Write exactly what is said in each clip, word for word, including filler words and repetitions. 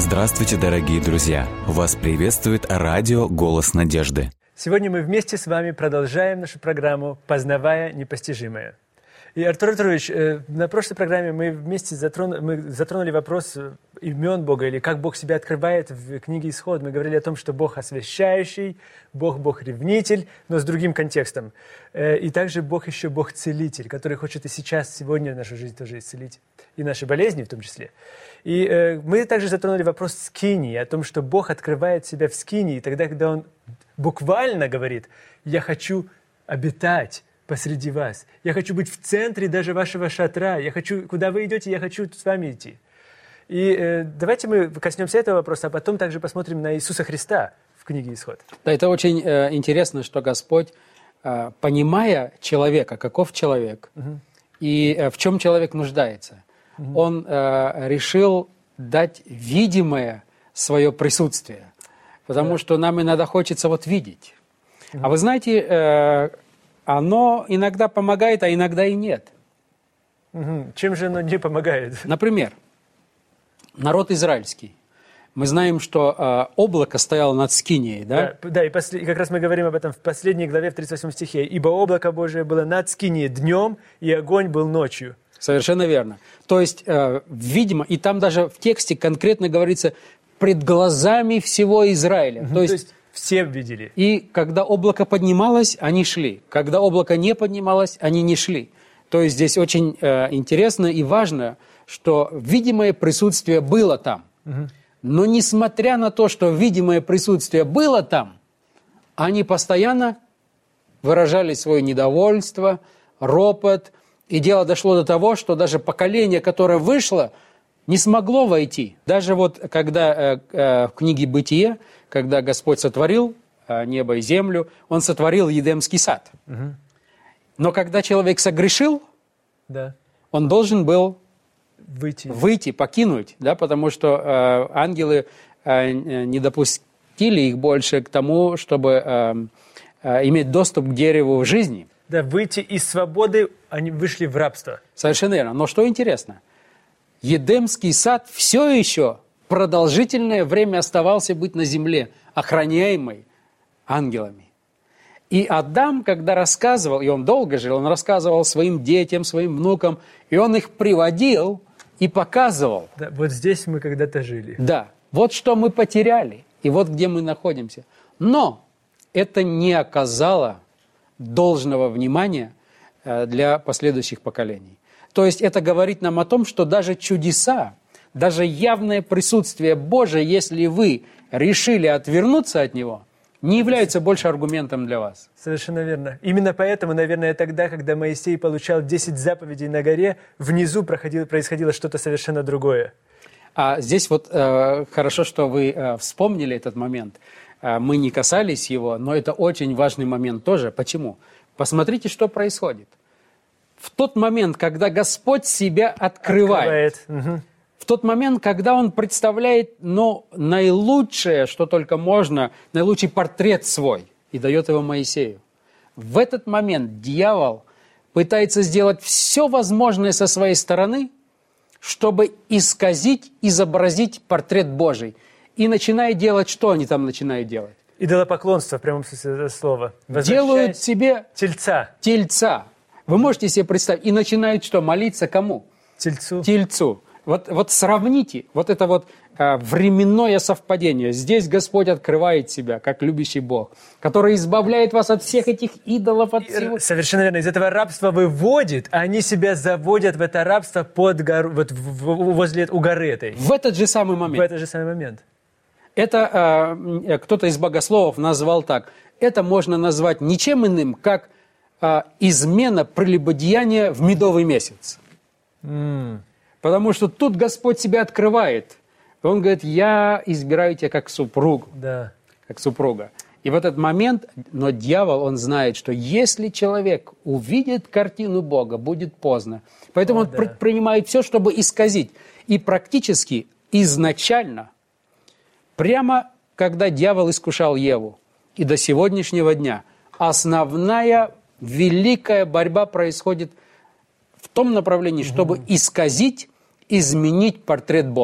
Здравствуйте, дорогие друзья! Вас приветствует радио «Голос надежды». Сегодня мы вместе с вами продолжаем нашу программу «Познавая непостижимое». И, Артур Артурович, на прошлой программе мы вместе затронули, мы затронули вопрос имен Бога, или как Бог себя открывает в книге «Исход». Мы говорили о том, что Бог освящающий, Бог – Бог-ревнитель, но с другим контекстом. И также Бог еще Бог-целитель, который хочет и сейчас, сегодня нашу жизнь тоже исцелить, и наши болезни в том числе. И мы также затронули вопрос скинии, о том, что Бог открывает себя в скинии, тогда, когда Он буквально говорит: «Я хочу обитать посреди вас. Я хочу быть в центре даже вашего шатра. Я хочу, куда вы идете, я хочу с вами идти». И э, давайте мы коснемся этого вопроса, а потом также посмотрим на Иисуса Христа в книге «Исход». Да, это очень э, интересно, что Господь, э, понимая человека, каков человек, угу. и э, в чем человек нуждается, угу. Он э, решил дать видимое свое присутствие, потому да. что нам иногда хочется вот видеть. Угу. А вы знаете, э, оно иногда помогает, а иногда и нет. Угу. Чем же оно не помогает? Например, народ израильский. Мы знаем, что э, облако стояло над Скинией, да? Да, да и, после, и как раз мы говорим об этом в последней главе, в тридцать восьмом стихе. «Ибо облако Божие было над Скинией днем, и огонь был ночью». Совершенно верно. То есть, э, видимо, и там даже в тексте конкретно говорится «пред глазами всего Израиля». Угу, то, есть, то есть все видели. И когда облако поднималось, они шли. Когда облако не поднималось, они не шли. То есть здесь очень э, интересно и важно, что видимое присутствие было там. Угу. Но несмотря на то, что видимое присутствие было там, они постоянно выражали свое недовольство, ропот. И дело дошло до того, что даже поколение, которое вышло, не смогло войти. Даже вот когда э, э, в книге «Бытие», когда Господь сотворил э, небо и землю, Он сотворил Едемский сад. Угу. Но когда человек согрешил, да. он должен был выйти, выйти покинуть, да, потому что э, ангелы э, не допустили их больше к тому, чтобы э, э, иметь доступ к дереву жизни. Да, выйти из свободы, они вышли в рабство. Совершенно верно. Но что интересно, Едемский сад все еще продолжительное время оставался быть на земле, охраняемый ангелами. И Адам, когда рассказывал, и он долго жил, он рассказывал своим детям, своим внукам, и он их приводил и показывал. Да, вот здесь мы когда-то жили. Да, вот что мы потеряли, и вот где мы находимся. Но это не оказало должного внимания для последующих поколений. То есть это говорит нам о том, что даже чудеса, даже явное присутствие Божие, если вы решили отвернуться от Него, не является больше аргументом для вас. Совершенно верно. Именно поэтому, наверное, тогда, когда Моисей получал десять заповедей на горе, внизу проходило, происходило что-то совершенно другое. А здесь вот э, хорошо, что вы э, вспомнили этот момент. Э, мы не касались его, но это очень важный момент тоже. Почему? Посмотрите, что происходит. В тот момент, когда Господь себя открывает, открывает. Угу. В тот момент, когда Он представляет, ну, наилучшее, что только можно, наилучший портрет свой, и дает его Моисею. В этот момент дьявол пытается сделать все возможное со своей стороны, чтобы исказить, изобразить портрет Божий. И начинает делать, что они там начинают делать? Идолопоклонство, в прямом смысле этого слова. Делают себе тельца. Тельца. Вы можете себе представить? И начинают что? Молиться кому? Тельцу. Тельцу. Вот, вот сравните вот это вот а, временное совпадение. Здесь Господь открывает себя, как любящий Бог, который избавляет вас от всех этих идолов. От всего. Совершенно верно. Из этого рабства выводит, а они себя заводят в это рабство под гору, вот возле, у горы этой. В этот же самый момент. В этот же самый момент. Это а, кто-то из богословов назвал так. Это можно назвать ничем иным, как а, измена прелюбодеяния в медовый месяц. Mm. Потому что тут Господь себя открывает. Он говорит: я избираю тебя как супругу. Да. Как супруга. И в этот момент, но дьявол, он знает, что если человек увидит картину Бога, будет поздно. Поэтому О, он да. предпринимает все, чтобы исказить. И практически изначально, прямо когда дьявол искушал Еву, и до сегодняшнего дня, основная великая борьба происходит в том направлении, чтобы исказить, изменить портрет Бога.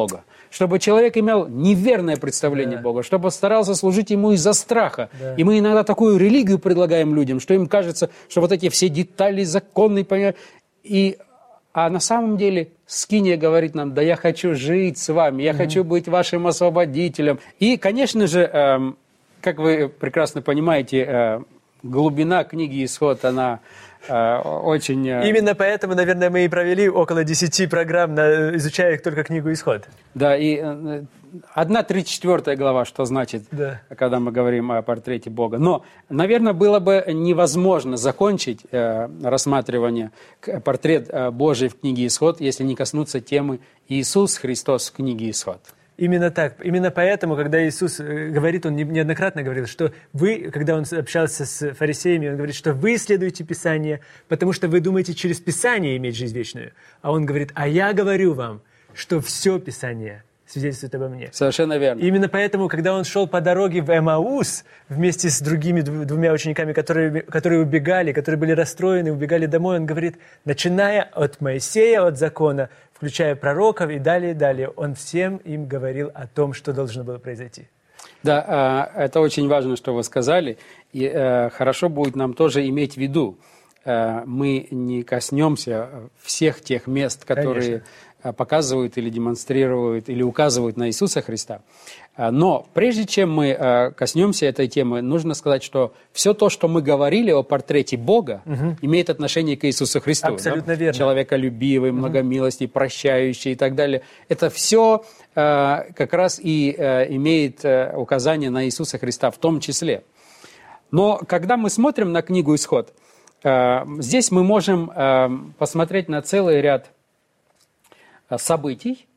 чтобы человек имел неверное представление Да. Бога, чтобы старался служить Ему из-за страха. Да. И мы иногда такую религию предлагаем людям, что им кажется, что вот эти все детали, законы, и, а на самом деле Скиния говорит нам: да я хочу жить с вами, я mm-hmm. хочу быть вашим освободителем. И, конечно же, э, как вы прекрасно понимаете, э, глубина книги «Исход», она э, очень... Э... Именно поэтому, наверное, мы и провели около десяти программ, на, изучая только книгу «Исход». Да, и э, одна тридцать четвёртая глава, что значит, да. когда мы говорим о портрете Бога. Но, наверное, было бы невозможно закончить э, рассматривание портрет э, Божий в книге «Исход», если не коснуться темы «Иисус Христос» в книге «Исход». Именно так. Именно поэтому, когда Иисус говорит, Он неоднократно говорил, что вы, когда Он общался с фарисеями, Он говорит, что вы исследуете Писание, потому что вы думаете через Писание иметь жизнь вечную. А Он говорит: а я говорю вам, что все Писание свидетельствует обо мне. Совершенно верно. И именно поэтому, когда Он шел по дороге в Эмаус вместе с другими двумя учениками, которые, которые убегали, которые были расстроены, убегали домой, Он говорит, начиная от Моисея, от закона, включая пророков и далее, и далее, Он всем им говорил о том, что должно было произойти. Да, это очень важно, что вы сказали, и хорошо будет нам тоже иметь в виду, мы не коснемся всех тех мест, которые Конечно. показывают или демонстрируют, или указывают на Иисуса Христа. Но прежде чем мы коснемся этой темы, нужно сказать, что все то, что мы говорили о портрете Бога, угу. имеет отношение к Иисусу Христу. Абсолютно да? верно. Человеколюбивый, угу. многомилостный, прощающий и так далее. Это все как раз и имеет указание на Иисуса Христа в том числе. Но когда мы смотрим на книгу «Исход», здесь мы можем посмотреть на целый ряд событий,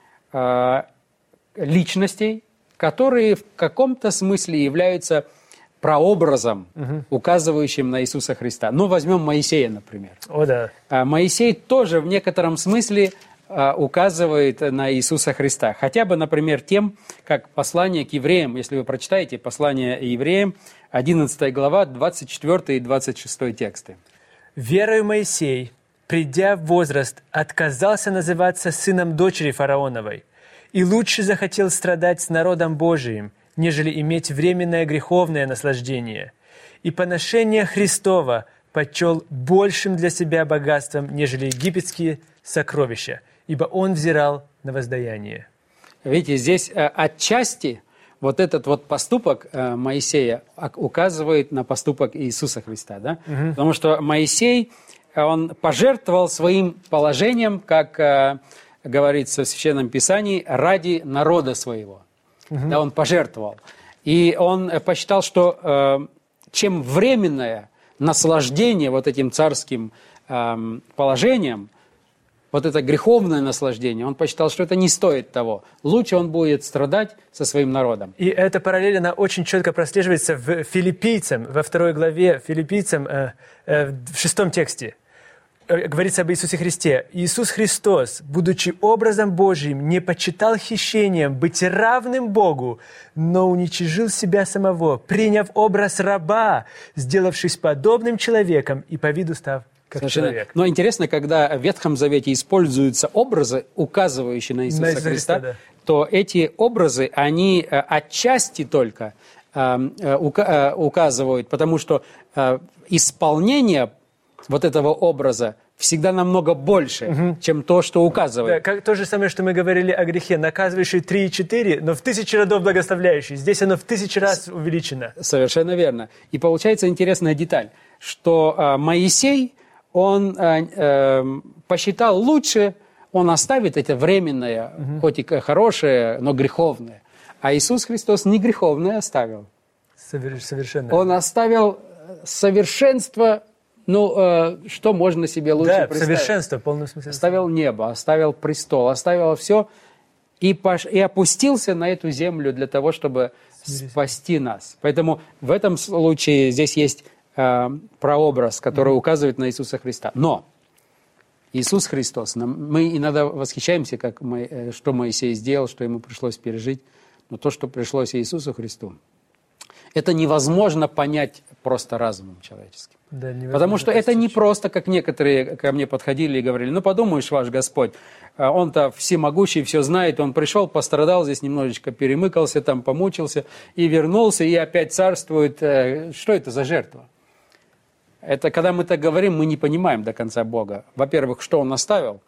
личностей, которые в каком-то смысле являются прообразом, угу. указывающим на Иисуса Христа. Ну, возьмем Моисея, например. О, да. Моисей тоже в некотором смысле указывает на Иисуса Христа. Хотя бы, например, тем, как послание к евреям, если вы прочитаете послание евреям, одиннадцатая глава, двадцать четвёртый и двадцать шестой тексты. «Верою Моисей, придя в возраст, отказался называться сыном дочери фараоновой, и лучше захотел страдать с народом Божиим, нежели иметь временное греховное наслаждение. И поношение Христова почел большим для себя богатством, нежели египетские сокровища, ибо он взирал на воздаяние». Видите, здесь отчасти вот этот вот поступок Моисея указывает на поступок Иисуса Христа, да? Угу. Потому что Моисей, он пожертвовал своим положением, как говорится в Священном Писании, ради народа своего. Угу. Да, он пожертвовал. И он посчитал, что чем временное наслаждение вот этим царским положением, вот это греховное наслаждение, он посчитал, что это не стоит того. Лучше он будет страдать со своим народом. И эта параллель, она очень четко прослеживается в Филиппийцам, во второй главе Филиппийцам, э, э, в шестом тексте. Э, говорится об Иисусе Христе. «Иисус Христос, будучи образом Божиим, не почитал хищением быть равным Богу, но уничижил себя самого, приняв образ раба, сделавшись подобным человеком и по виду став как человек». Но интересно, когда в Ветхом Завете используются образы, указывающие на Иисуса, на Иисуса Христа, Христа, да. то эти образы, они отчасти только э, указывают, потому что э, исполнение вот этого образа всегда намного больше, угу. чем то, что указывает. Да, как, то же самое, что мы говорили о грехе, наказывающий три и четыре, но в тысячи родов благословляющий. Здесь оно в тысячи раз увеличено. Совершенно верно. И получается интересная деталь, что э, Моисей, он э, э, посчитал лучше, он оставит это временное, угу. хоть и хорошее, но греховное. А Иисус Христос не греховное оставил. Совершенно. Он оставил совершенство, ну, э, что можно себе лучше да, представить? Совершенство, в полном смысле. Оставил небо, оставил престол, оставил все и, пош... и опустился на эту землю для того, чтобы Смирись. спасти нас. Поэтому в этом случае здесь есть э, прообраз, который mm-hmm. указывает на Иисуса Христа. Но Иисус Христос, мы иногда восхищаемся, как мы, что Моисей сделал, что ему пришлось пережить, но то, что пришлось Иисусу Христу, Это невозможно понять просто разумом человеческим. Да, Потому что это не просто, как некоторые ко мне подходили и говорили, ну подумаешь, ваш Господь, Он-то всемогущий, все знает, Он пришел, пострадал здесь, немножечко перемыкался, там помучился и вернулся, и опять царствует. Что это за жертва? Это когда мы так говорим, мы не понимаем до конца Бога. Во-первых, что Он оставил?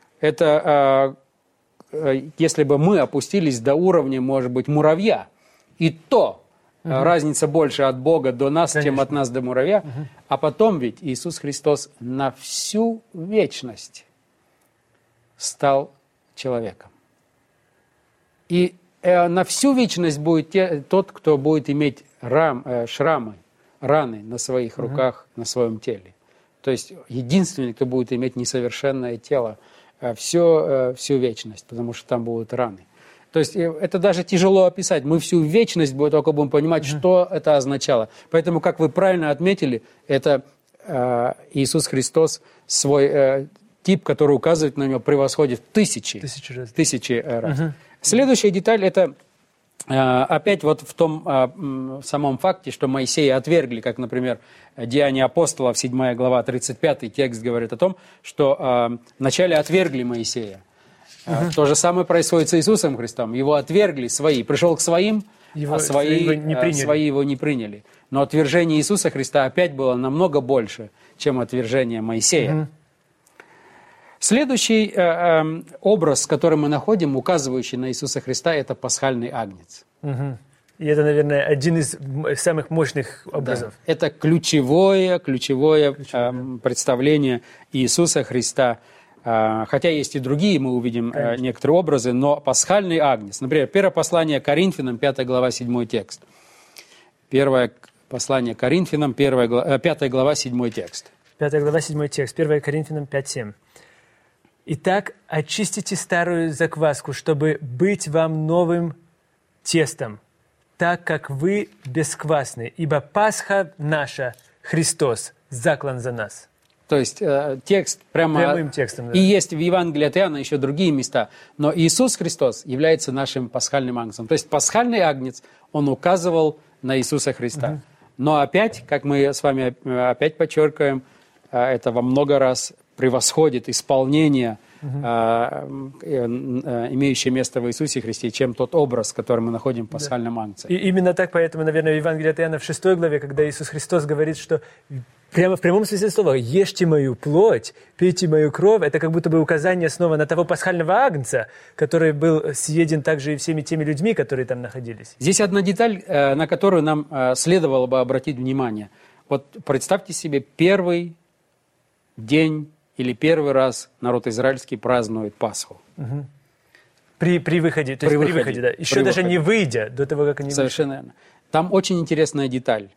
Это если бы мы опустились до уровня, может быть, муравья, и то угу. разница больше от Бога до нас, Конечно. чем от нас до муравья. Угу. А потом ведь Иисус Христос на всю вечность стал человеком. И э, на всю вечность будет те, тот, кто будет иметь рам, э, шрамы, раны на своих угу. руках, на своем теле. То есть единственный, кто будет иметь несовершенное тело э, всю, э, всю вечность, потому что там будут раны. То есть это даже тяжело описать. Мы всю вечность только будем понимать, mm-hmm. что это означало. Поэтому, как вы правильно отметили, это э, Иисус Христос, свой э, тип, который указывает на него, превосходит тысячи, тысячи раз. Тысячи раз. Mm-hmm. Следующая деталь – это э, опять вот в том э, самом факте, что Моисея отвергли, как, например, Деяния апостолов, седьмая глава, тридцать пятый текст говорит о том, что э, вначале отвергли Моисея. Uh-huh. То же самое происходит с Иисусом Христом. Его отвергли свои. Пришел к своим, его, а свои его, не свои его не приняли. Но отвержение Иисуса Христа опять было намного больше, чем отвержение Моисея. Uh-huh. Следующий э, э, образ, который мы находим, указывающий на Иисуса Христа, это пасхальный агнец. Uh-huh. И это, наверное, один из самых мощных образов. Да. Это ключевое, ключевое, ключевое. Э, представление Иисуса Христа. Хотя есть и другие, мы увидим Конечно. некоторые образы, но пасхальный агнец. Например, первое послание Коринфянам, пятая глава, седьмой текст. Первое послание Коринфянам, пятая глава, седьмой текст. пятая глава, седьмой текст. первое Коринфянам пять семь. «Итак, очистите старую закваску, чтобы быть вам новым тестом, так как вы бесквасны, ибо Пасха наша, Христос, заклан за нас». То есть э, текст прямо... Прямым текстом, да. И есть в Евангелии от Иоанна еще другие места. Но Иисус Христос является нашим пасхальным агнцем. То есть пасхальный агнец, он указывал на Иисуса Христа. Угу. Но опять, как мы с вами опять подчеркиваем, э, это во много раз превосходит исполнение, угу. э, э, имеющее место в Иисусе Христе, чем тот образ, который мы находим в пасхальном да. агнце. И именно так, поэтому, наверное, в Евангелии от Иоанна в шестой главе, когда Иисус Христос говорит, что... Прямо в прямом смысле слова «ешьте мою плоть, пейте мою кровь» — это как будто бы указание снова на того пасхального агнца, который был съеден также и всеми теми людьми, которые там находились. Здесь одна деталь, на которую нам следовало бы обратить внимание. Вот представьте себе первый день или первый раз народ израильский празднует Пасху. Угу. При, при выходе, то при есть выходе, при выходе, да. Еще при даже выходе. не выйдя до того, как они Совершенно верно. Там очень интересная деталь.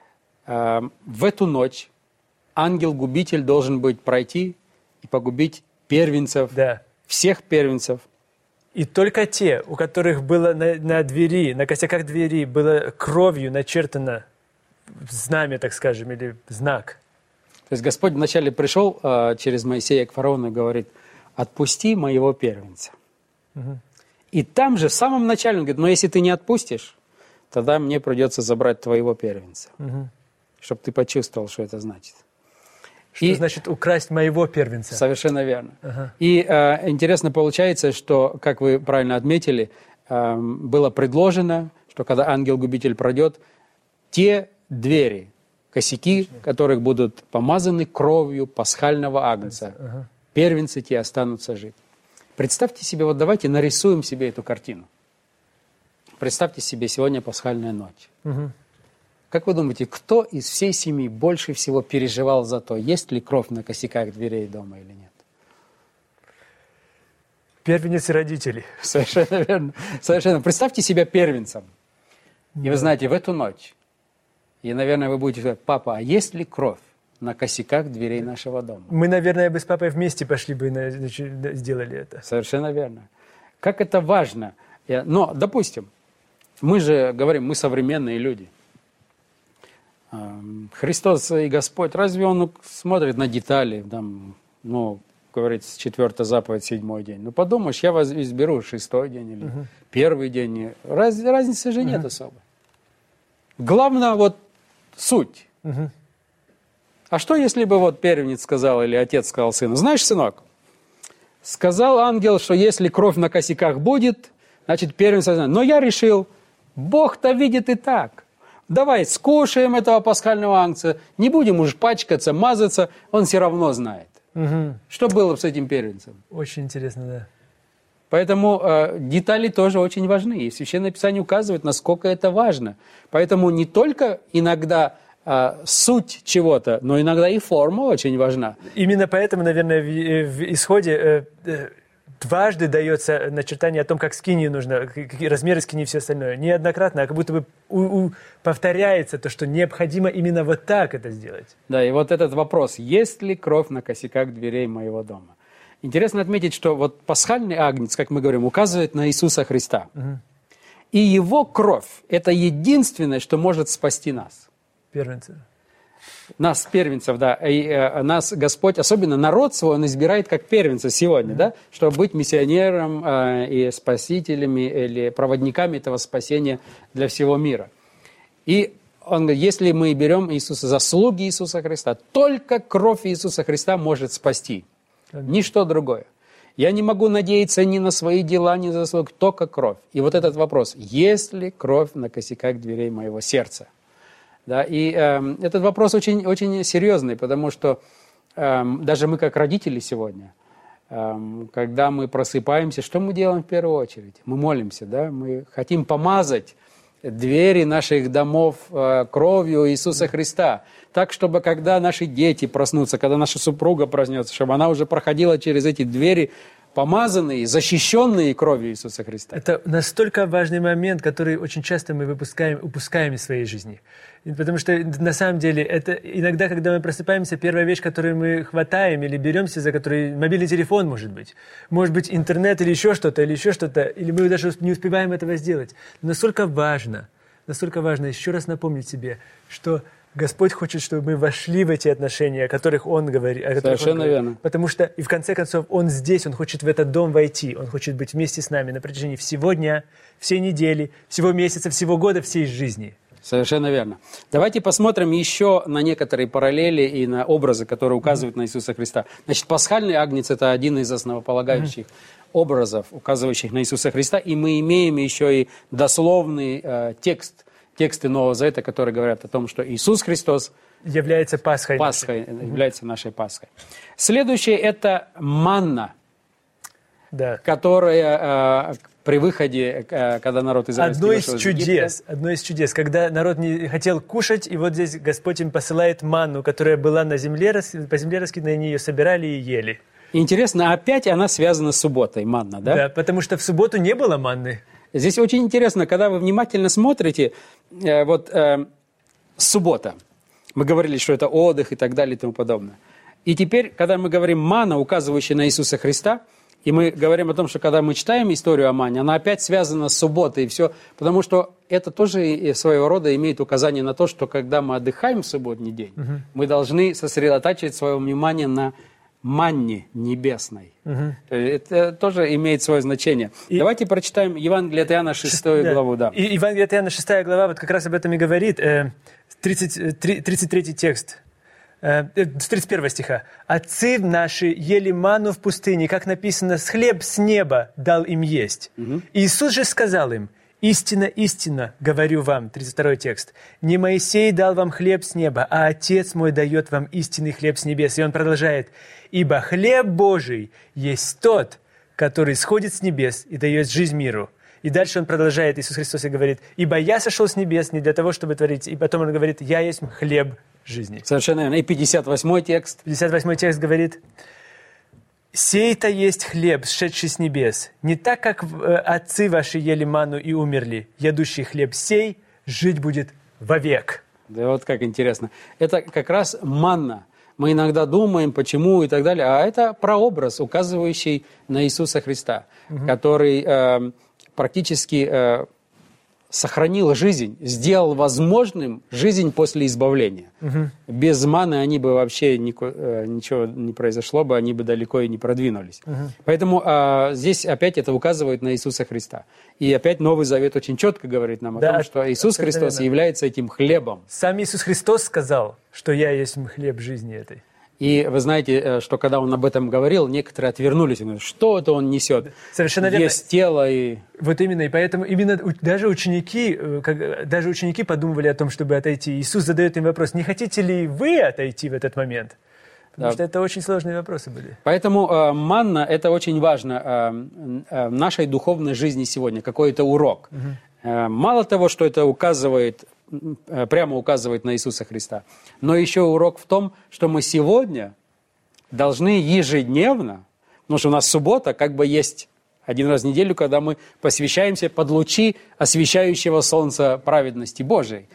В эту ночь ангел-губитель должен быть пройти и погубить первенцев, да. всех первенцев. И только те, у которых было на, на двери, на косяках двери было кровью начертано знамя, так скажем, или знак. То есть Господь вначале пришел э, через Моисея к фараону и говорит: «Отпусти моего первенца». Угу. И там же, в самом начале, он говорит: «Но если ты не отпустишь, тогда мне придется забрать твоего первенца». Угу. Чтобы ты почувствовал, что это значит. Что и, значит украсть моего первенца? Совершенно верно. Ага. И э, интересно получается, что, как вы правильно отметили, э, было предложено, что когда ангел-губитель пройдет, те двери, косяки, которых будут помазаны кровью пасхального агнца, ага. первенцы те останутся жить. Представьте себе, вот давайте нарисуем себе эту картину. Представьте себе, сегодня пасхальная ночь. Угу. Как вы думаете, кто из всей семьи больше всего переживал за то, есть ли кровь на косяках дверей дома или нет? Первенец и родители. Совершенно верно. Совершенно. Представьте себя первенцем. И вы знаете, в эту ночь, и, наверное, вы будете говорить: папа, а есть ли кровь на косяках дверей нашего дома? Мы, наверное, бы с папой вместе пошли бы и сделали это. Совершенно верно. Как это важно. Но, допустим, мы же говорим, мы современные люди. Христос и Господь, разве Он смотрит на детали, там, ну, говорится, четвертая заповедь, седьмой день. Ну, подумаешь, я вас изберу шестой день или uh-huh. первый день. Раз, разницы же uh-huh. нет особо. Главное вот суть. Мгм. А что, если бы вот первенец сказал или отец сказал сыну: знаешь, сынок, сказал ангел, что если кровь на косяках будет, значит первенец знает. Но я решил, Бог-то видит и так. Давай скушаем этого пасхального агнца, не будем уж пачкаться, мазаться, он все равно знает. Мгм. Что было бы с этим первенцем? Очень интересно, да. Поэтому э, детали тоже очень важны. И Священное Писание указывает, насколько это важно. Поэтому не только иногда э, суть чего-то, но иногда и форма очень важна. Именно поэтому, наверное, в, в исходе э, э, дважды дается начертание о том, как скинию нужно, какие размеры скинии и все остальное. Неоднократно, а как будто бы у, у, повторяется то, что необходимо именно вот так это сделать. Да, и вот этот вопрос: есть ли кровь на косяках дверей моего дома? Интересно отметить, что вот пасхальный агнец, как мы говорим, указывает на Иисуса Христа. Угу. И Его кровь – это единственное, что может спасти нас. Первенцы. Нас, первенцев, да. И э, нас Господь, особенно народ свой, Он избирает как первенца сегодня, mm-hmm. да, чтобы быть миссионером э, и спасителями или проводниками этого спасения для всего мира. И Он говорит, если мы берем Иисуса, заслуги Иисуса Христа, только кровь Иисуса Христа может спасти. Mm-hmm. Ничто другое. Я не могу надеяться ни на свои дела, ни на заслуги, только кровь. И вот этот вопрос: есть ли кровь на косяках дверей моего сердца? Да, и э, этот вопрос очень, очень серьезный, потому что э, даже мы, как родители сегодня, э, когда мы просыпаемся, что мы делаем в первую очередь? Мы молимся, да? Мы хотим помазать двери наших домов э, кровью Иисуса Христа, так, чтобы когда наши дети проснутся, когда наша супруга проснется, чтобы она уже проходила через эти двери, помазанные, защищенные кровью Иисуса Христа. Это настолько важный момент, который очень часто мы выпускаем, упускаем из своей жизни. Потому что на самом деле это иногда, когда мы просыпаемся, первая вещь, которую мы хватаем или беремся за которую, мобильный телефон, может быть. Может быть, интернет или еще что-то, или еще что-то, или мы даже не успеваем этого сделать. Но насколько важно, настолько важно еще раз напомнить себе, что Господь хочет, чтобы мы вошли в эти отношения, о которых Он говорит. О которых Совершенно он говорит. верно. Потому что, и в конце концов, Он здесь, Он хочет в этот дом войти, Он хочет быть вместе с нами на протяжении всего дня, всей недели, всего месяца, всего года, всей жизни. Совершенно верно. Давайте посмотрим еще на некоторые параллели и на образы, которые указывают mm-hmm. на Иисуса Христа. Значит, пасхальный агнец – это один из основополагающих mm-hmm. образов, указывающих на Иисуса Христа. И мы имеем еще и дословный э, текст, тексты Нового Завета, которые говорят о том, что Иисус Христос является Пасхой, Пасхой является нашей Пасхой. Следующее – это манна, да. которая э, при выходе, э, когда народ израильский одно из вышел из чудес, Египта. одно из чудес, когда народ не хотел кушать, и вот здесь Господь им посылает манну, которая была на земле, по земле раскидана, они ее собирали и ели. Интересно, опять она связана с субботой, манна, да? Да, потому что в субботу не было манны. Здесь очень интересно, когда вы внимательно смотрите, э, вот э, суббота, мы говорили, что это отдых и так далее и тому подобное. И теперь, когда мы говорим манна, указывающая на Иисуса Христа, и мы говорим о том, что когда мы читаем историю о манне, она опять связана с субботой и все, потому что это тоже своего рода имеет указание на то, что когда мы отдыхаем в субботний день, угу. мы должны сосредотачивать свое внимание на манне небесной. Угу. Это тоже имеет свое значение. И давайте прочитаем Евангелие от Иоанна, шестую да. главу. Да. И Евангелие от Иоанна, шестая глава, вот как раз об этом и говорит, тридцать, тридцать третий текст. С тридцать первого стиха. «Отцы наши ели манну в пустыне, как написано, с хлеб с неба дал им есть. Угу. Иисус же сказал им: истинно, истинно, говорю вам», тридцать второй текст, «не Моисей дал вам хлеб с неба, а Отец мой дает вам истинный хлеб с небес». И он продолжает: «Ибо хлеб Божий есть тот, который сходит с небес и дает жизнь миру». И дальше он продолжает, Иисус Христос, и говорит: «Ибо я сошел с небес не для того, чтобы творить». И потом он говорит: «Я есть хлеб жизни». Совершенно верно. И пятьдесят восьмой текст. пятьдесят восьмой текст говорит: «Сей-то есть хлеб, сшедший с небес, не так, как отцы ваши ели манну и умерли. Ядущий хлеб сей жить будет вовек». Да, вот как интересно. Это как раз манна. Мы иногда думаем, почему и так далее, а это прообраз, указывающий на Иисуса Христа, угу. который э, практически э, сохранил жизнь, сделал возможным жизнь после избавления. Угу. Без маны они бы вообще нико, ничего не произошло бы, они бы далеко и не продвинулись. Угу. Поэтому а, здесь опять это указывает на Иисуса Христа. И опять Новый Завет очень четко говорит нам о да, том, что Иисус Христос верно. Является этим хлебом. Сам Иисус Христос сказал, что «Я есть хлеб жизни этой». И вы знаете, что когда он об этом говорил, некоторые отвернулись, и говорят, что это он несет? Совершенно верно. Есть тело и... Вот именно, и поэтому именно даже ученики, как, даже ученики подумывали о том, чтобы отойти. Иисус задает им вопрос, не хотите ли вы отойти в этот момент? Потому да. что это очень сложные вопросы были. Поэтому э, манна – это очень важно э, э, в нашей духовной жизни сегодня, какой-то урок. Угу. Э, мало того, что это указывает... прямо указывает на Иисуса Христа. Но еще урок в том, что мы сегодня должны ежедневно, потому что у нас суббота, как бы есть один раз в неделю, когда мы посвящаемся под лучи освещающего солнца праведности Божией.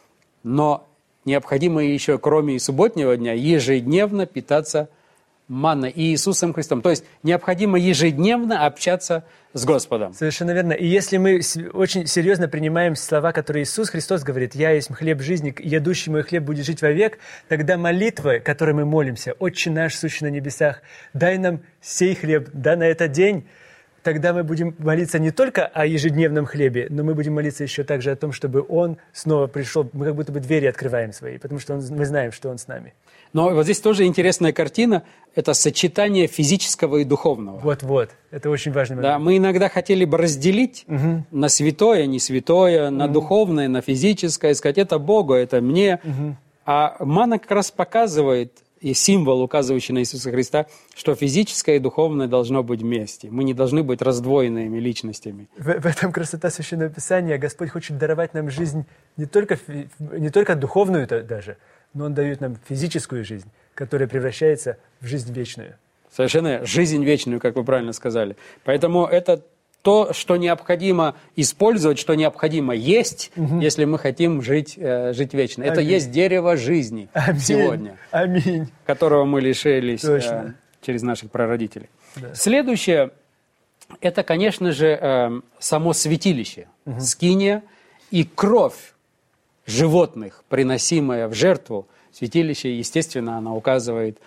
Но необходимо еще, кроме субботнего дня, ежедневно питаться манной и Иисусом Христом. То есть необходимо ежедневно общаться с Господом. Совершенно верно. И если мы очень серьезно принимаем слова, которые Иисус Христос говорит, «Я есть хлеб жизни, едущий мой хлеб будет жить вовек», тогда молитвы, которой мы молимся, «Отче наш, сущий на небесах, дай нам сей хлеб, да, на этот день», тогда мы будем молиться не только о ежедневном хлебе, но мы будем молиться еще также о том, чтобы Он снова пришел. Мы как будто бы двери открываем свои, потому что он, мы знаем, что Он с нами. Но вот здесь тоже интересная картина. Это сочетание физического и духовного. Вот-вот. Это очень важный момент. Да, мы иногда хотели бы разделить угу. на святое, не святое, на угу. духовное, на физическое, сказать, это Богу, это мне. Угу. А манна как раз показывает, и символ, указывающий на Иисуса Христа, что физическое и духовное должно быть вместе. Мы не должны быть раздвоенными личностями. В, в этом красота Священного Писания. Господь хочет даровать нам жизнь не только, не только духовную даже, но Он дает нам физическую жизнь, которая превращается в жизнь вечную. Совершенно жизнь вечную, как вы правильно сказали. Поэтому это то, что необходимо использовать, что необходимо есть, угу. если мы хотим жить, э, жить вечно. Аминь. Это есть дерево жизни Аминь. Сегодня, Аминь. которого мы лишились э, через наших прародителей. Да. Следующее, это, конечно же, э, само святилище, угу. скиния и кровь животных, приносимая в жертву. Святилище, естественно, она указывает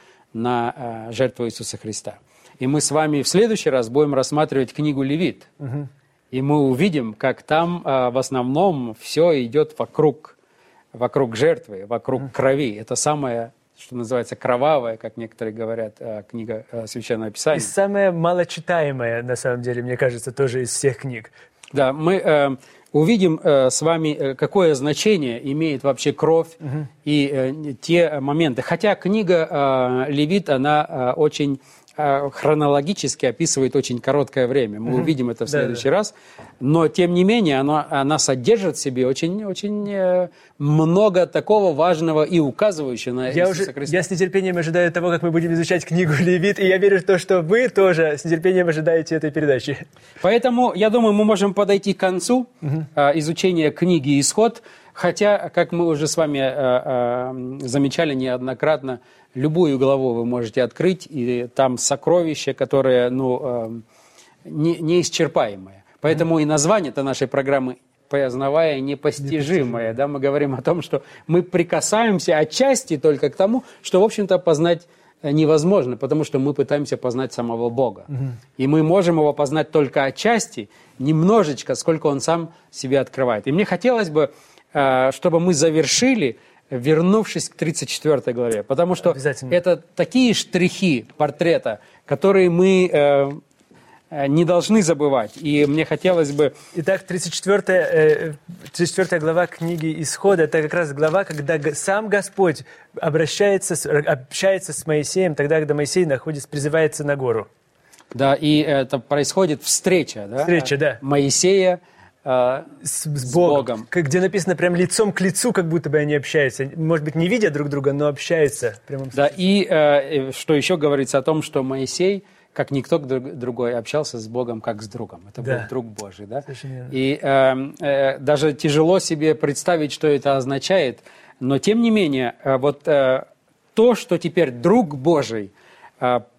на э, жертву Иисуса Христа. И мы с вами в следующий раз будем рассматривать книгу Левит. Угу. И мы увидим, как там э, в основном все идет вокруг, вокруг жертвы, вокруг угу. крови. Это самое, что называется, кровавая, как некоторые говорят, э, книга э, Священного Писания. И самая малочитаемая, на самом деле, мне кажется, тоже из всех книг. Да, мы э, увидим э, с вами, э, какое значение имеет вообще кровь угу. и э, те моменты. Хотя книга э, Левит, она э, очень... хронологически описывает очень короткое время. Мы mm-hmm. увидим это в следующий да, да. раз. Но, тем не менее, она, она содержит в себе очень, очень много такого важного и указывающего на я Иисуса уже, Христа. Я с нетерпением ожидаю того, как мы будем изучать книгу Левит, и я верю в то, что вы тоже с нетерпением ожидаете этой передачи. Поэтому, я думаю, мы можем подойти к концу mm-hmm. а, изучения книги «Исход». Хотя, как мы уже с вами а, а, замечали неоднократно, любую главу вы можете открыть, и там сокровища, которые ну, э, не, неисчерпаемые. Поэтому mm-hmm. и название-то нашей программы «Познавая непостижимое». Да, мы говорим о том, что мы прикасаемся отчасти только к тому, что, в общем-то, познать невозможно, потому что мы пытаемся познать самого Бога. Mm-hmm. И мы можем его познать только отчасти, немножечко, сколько он сам себе открывает. И мне хотелось бы, э, чтобы мы завершили, вернувшись к тридцать четвёртой главе, потому что это такие штрихи портрета, которые мы э, не должны забывать. И мне хотелось бы... Итак, тридцать четвёртая, э, тридцать четвёртая глава книги «Исход» — это как раз глава, когда сам Господь обращается, общается с Моисеем, тогда, когда Моисей находится, призывается на гору. Да, и это происходит встреча, да? Встреча, да. Моисея С, с, Богом, Богом. Где написано прям лицом к лицу, как будто бы они общаются. Может быть, не видя друг друга, но общаются. Да, и э, что еще говорится о том, что Моисей, как никто другой, общался с Богом, как с другом. Это да. был друг Божий. Да? И э, э, даже тяжело себе представить, что это означает. Но, тем не менее, э, вот э, то, что теперь друг Божий э,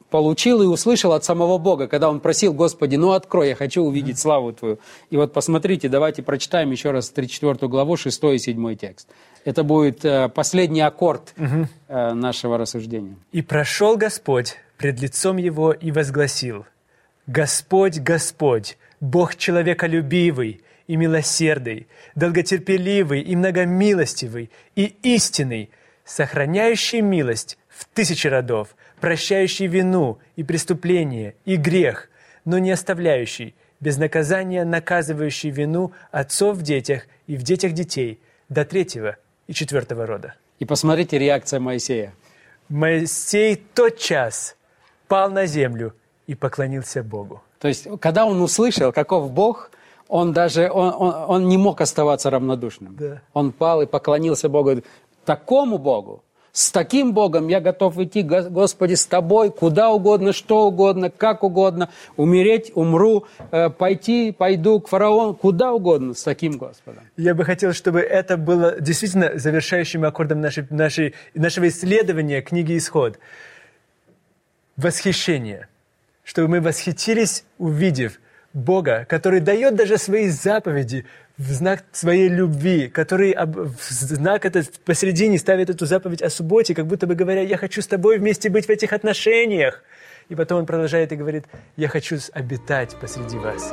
получил и услышал от самого Бога, когда он просил: Господи, ну открой, я хочу увидеть славу Твою. И вот посмотрите, давайте прочитаем еще раз тридцать четвёртую главу, шестой и седьмой текст. Это будет э, последний аккорд э, нашего рассуждения. «И прошел Господь пред лицом его и возгласил: Господь, Господь, Бог человеколюбивый и милосердный, долготерпеливый и многомилостивый и истинный, сохраняющий милость в тысячи родов, прощающий вину и преступление и грех, но не оставляющий, без наказания наказывающий вину отцов в детях и в детях детей до третьего и четвертого рода». И посмотрите реакция Моисея. Моисей тотчас пал на землю и поклонился Богу. То есть, когда он услышал, каков Бог, он даже он, он, он не мог оставаться равнодушным. Да. Он пал и поклонился Богу. Такому Богу, с таким Богом я готов идти, Господи, с Тобой, куда угодно, что угодно, как угодно, умереть, умру, пойти, пойду к фараону, куда угодно, с таким Господом. Я бы хотел, чтобы это было действительно завершающим аккордом нашей, нашей, нашего исследования книги «Исход». Восхищение. Чтобы мы восхитились, увидев Бога, который дает даже свои заповеди в знак своей любви, который в знак этот посередине ставит эту заповедь о субботе, как будто бы говоря: я хочу с тобой вместе быть в этих отношениях. И потом он продолжает и говорит: я хочу обитать посреди вас.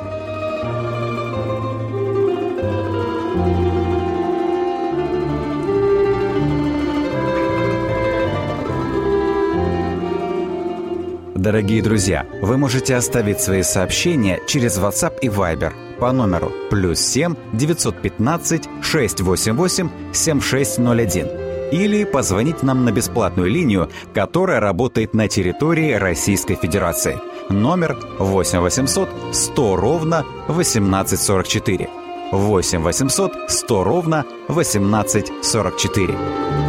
Дорогие друзья, вы можете оставить свои сообщения через WhatsApp и Viber по номеру плюс семь девятьсот пятнадцать шестьсот восемьдесят восемь семьдесят шесть ноль один или позвонить нам на бесплатную линию, которая работает на территории Российской Федерации. Номер восемь восемьсот сто ровно восемнадцать сорок четыре. восемь восемьсот сто ровно восемнадцать сорок четыре.